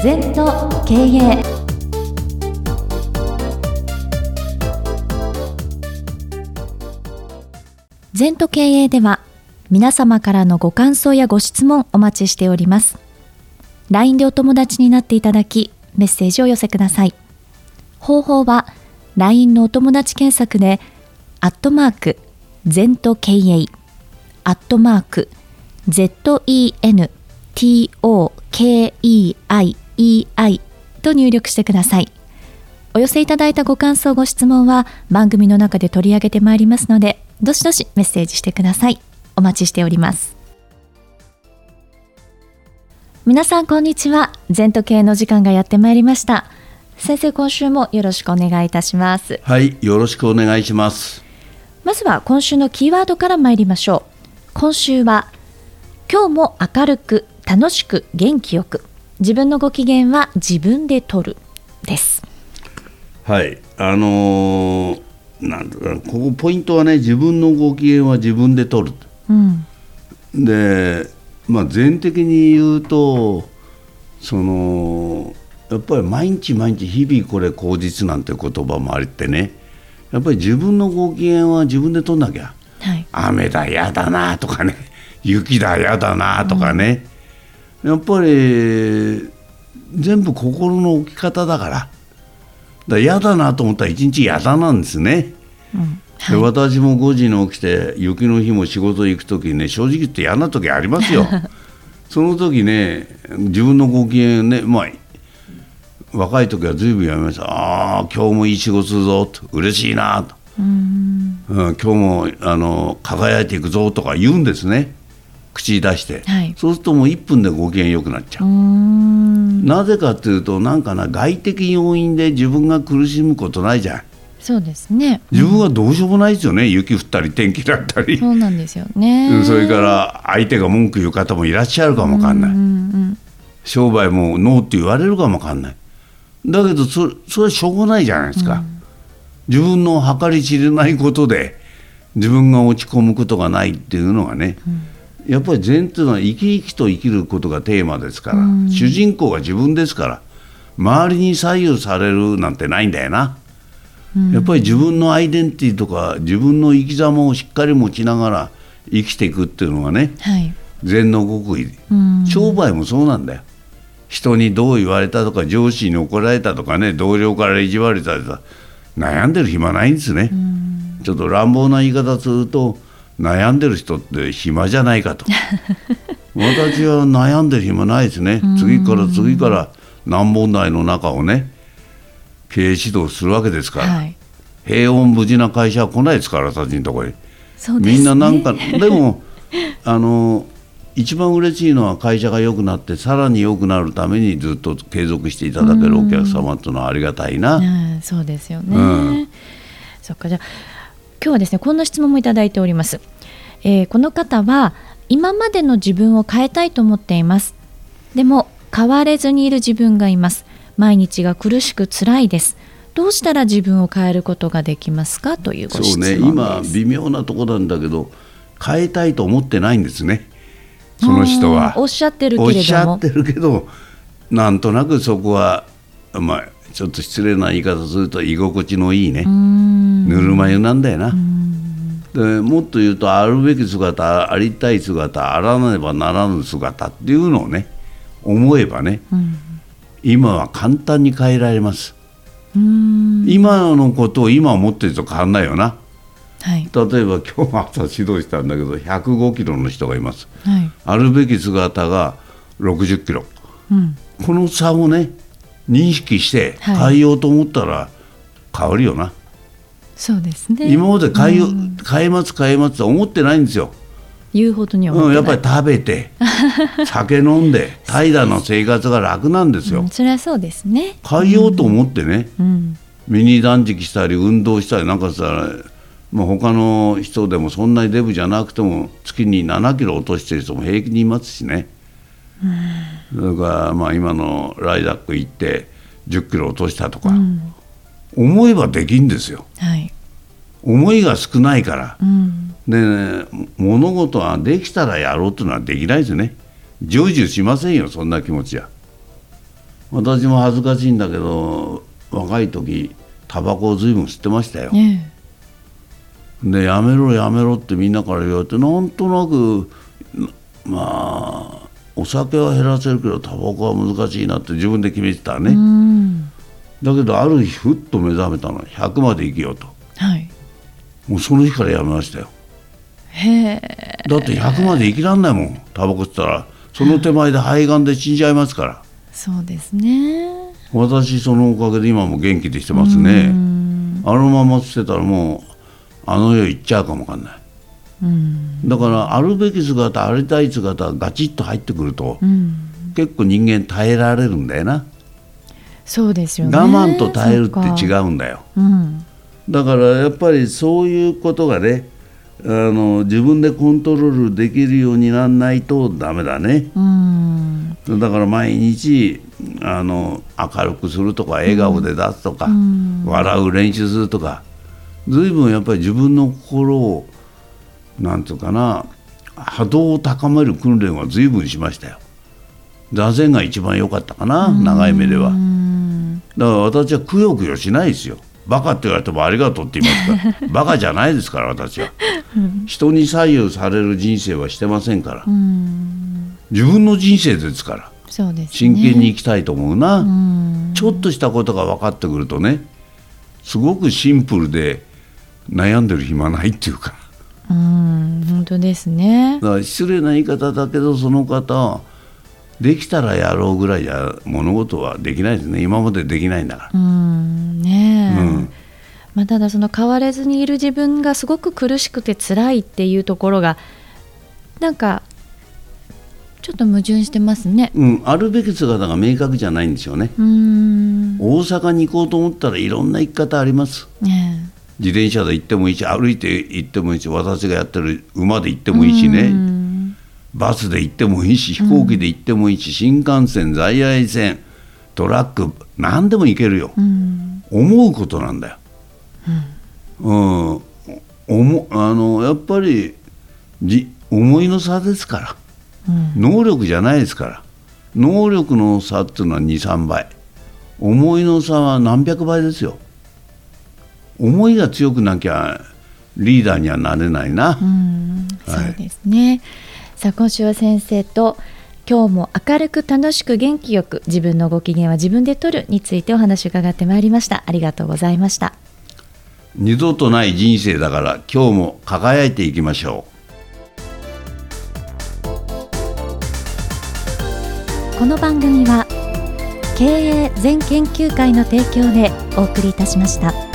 禅と経営。禅と経営では皆様からのご感想やご質問お待ちしております。 LINE でお友達になっていただきメッセージを寄せください。方法は LINE のお友達検索で禅と経営ZENTOKEIEI と入力してください。お寄せいただいたご感想ご質問は番組の中で取り上げてまいりますので、どしどしメッセージしてください。お待ちしております。皆さんこんにちは。禅と経営の時間がやってまいりました。先生、今週もよろしくお願いいたします。 はい、よろしくお願いします。 まずは今週のキーワードから参りましょう。今週は今日も明るく楽しく元気よく、自分のご機嫌は自分で取るです。 はい、ここポイントはね、自分のご機嫌は自分で取る、で、全的に言うとやっぱり毎日毎日日々これ口実なんて言葉もあってね、やっぱり自分のご機嫌は自分で取んなきゃ、雨だやだなとかね、雪だやだなとかね、やっぱり全部心の置き方だからやだなと思ったら一日やだなんですね、で私も5時に起きて雪の日も仕事行くときにね、正直言って嫌な時ありますよその時ね、自分のご機嫌ね、若い時は随分やめました。今日もいい仕事するぞと、嬉しいなと、今日も輝いていくぞとか言うんですね、口に出して、そうするともう1分でご機嫌良くなっちゃう。なぜかというと、外的要因で自分が苦しむことないじゃん。 そうですね、 自分はどうしようもないですよね、雪降ったり天気だったり。 そうなんですよね。 それから相手が文句言う方もいらっしゃるかもわかんない、商売もノーって言われるかもわかんない。だけどそれはしょうがないじゃないですか、自分の計り知れないことで自分が落ち込むことがないっていうのがね、やっぱり禅っていうのは生き生きと生きることがテーマですから、主人公が自分ですから、周りに左右されるなんてないんだよな。やっぱり自分のアイデンティティとか自分の生き様をしっかり持ちながら生きていくっていうのがね、禅の極意。商売もそうなんだよ。人にどう言われたとか、上司に怒られたとかね、同僚から意地悪された、悩んでる暇ないんですね。ちょっと乱暴な言い方すると、悩んでる人って暇じゃないかと私は悩んでる暇ないですね。次から次から難問題の中をね、経営指導するわけですから、平穏無事な会社は来ないですから、私のところに。みんなでも一番嬉しいのは会社が良くなってさらに良くなるためにずっと継続していただけるお客様というのはありがたいな。 そうですよね、そっか。じゃあ今日はですね、こんな質問もいただいております。この方は今までの自分を変えたいと思っています。でも変われずにいる自分がいます。毎日が苦しく辛いです。どうしたら自分を変えることができますか、というご質問です。 今微妙なところなんだけど、変えたいと思ってないんですね、その人は。 おっしゃってるけれども、 おっしゃってるけど、なんとなくそこは、ちょっと失礼な言い方すると居心地のいいね、ぬるま湯なんだよな。でもっと言うと、あるべき姿、ありたい姿、あらねばならぬ姿っていうのをね、思えばね、今は簡単に変えられます。今のことを今思ってると変わんないよな。例えば今日も朝指導したんだけど、105キロの人がいます、あるべき姿が60キロ、この差をね認識して変えようと思ったら変わるよな。 そうですね。 今まで変えますと思ってないんですよ。 言うほどには思ってない。 やっぱり食べて酒飲んで怠惰な生活が楽なんですよ。 それはそうですね。 変えようと思ってね、ミニ断食したり運動したりなんかしたら、他の人でもそんなにデブじゃなくても月に7キロ落としてる人も平気にいますしね。それから今のライダック行って10キロ落としたとか、思えばできんですよ、思いが少ないから、で、物事はできたらやろうというのはできないですね。成就しませんよ、そんな気持ちは。 私も恥ずかしいんだけど若い時タバコを随分吸ってましたよ、でやめろやめろってみんなから言われて、なんとなくまあお酒は減らせるけどタバコは難しいなって自分で決めてたね。だけどある日ふっと目覚めたの、100まで生きようと、はい、もうその日からやめましたよ。だって100まで生きらんないもん、タバコ吸ったらその手前で肺がんで死んじゃいますから。 そうですね。 私そのおかげで今も元気でしてますね。あのまま吸ってたらもうあの世行っちゃうかもわかんない。だからあるべき姿、ありたい姿がガチッと入ってくると、結構人間耐えられるんだよな。 そうですよね。 我慢と耐えるって違うんだよ、だからやっぱりそういうことがね、自分でコントロールできるようにならないとダメだね。だから毎日明るくするとか笑顔で出すとか、笑う練習するとか、随分やっぱり自分の心をなんていうかな、波動を高める訓練は随分しましたよ。座禅が一番良かったかな、長い目では。だから私はくよくよしないですよ。バカって言われてもありがとうって言いますからバカじゃないですから私は、人に左右される人生はしてませんから、自分の人生ですから。そうですね、真剣に生きたいと思うな。ちょっとしたことが分かってくるとね、すごくシンプルで悩んでる暇ないっていうか、 本当ですね。 だから失礼な言い方だけど、その方できたらやろうぐらいじゃ物事はできないですね。今までできないんだから。 ただその変われずにいる自分がすごく苦しくて辛いっていうところがなんかちょっと矛盾してますね。 あるべき姿が明確じゃないんですよね。大阪に行こうと思ったらいろんな行き方あります、自転車で行ってもいいし、歩いて行ってもいいし、私がやってる馬で行ってもいいしね、バスで行ってもいいし、飛行機で行ってもいいし、新幹線、在来線、トラック、何でも行けるよ、思うことなんだよ。やっぱり思いの差ですから、能力じゃないですから。能力の差っていうのは 2,3 倍、思いの差は何百倍ですよ。思いが強くなきゃリーダーにはなれないな。 そうですね。さあ今週は先生と今日も明るく楽しく元気よく自分のご機嫌は自分で取るについてお話を伺ってまいりました。ありがとうございました。 二度とない人生だから今日も輝いていきましょう。 この番組は経営全研究会の提供でお送りいたしました。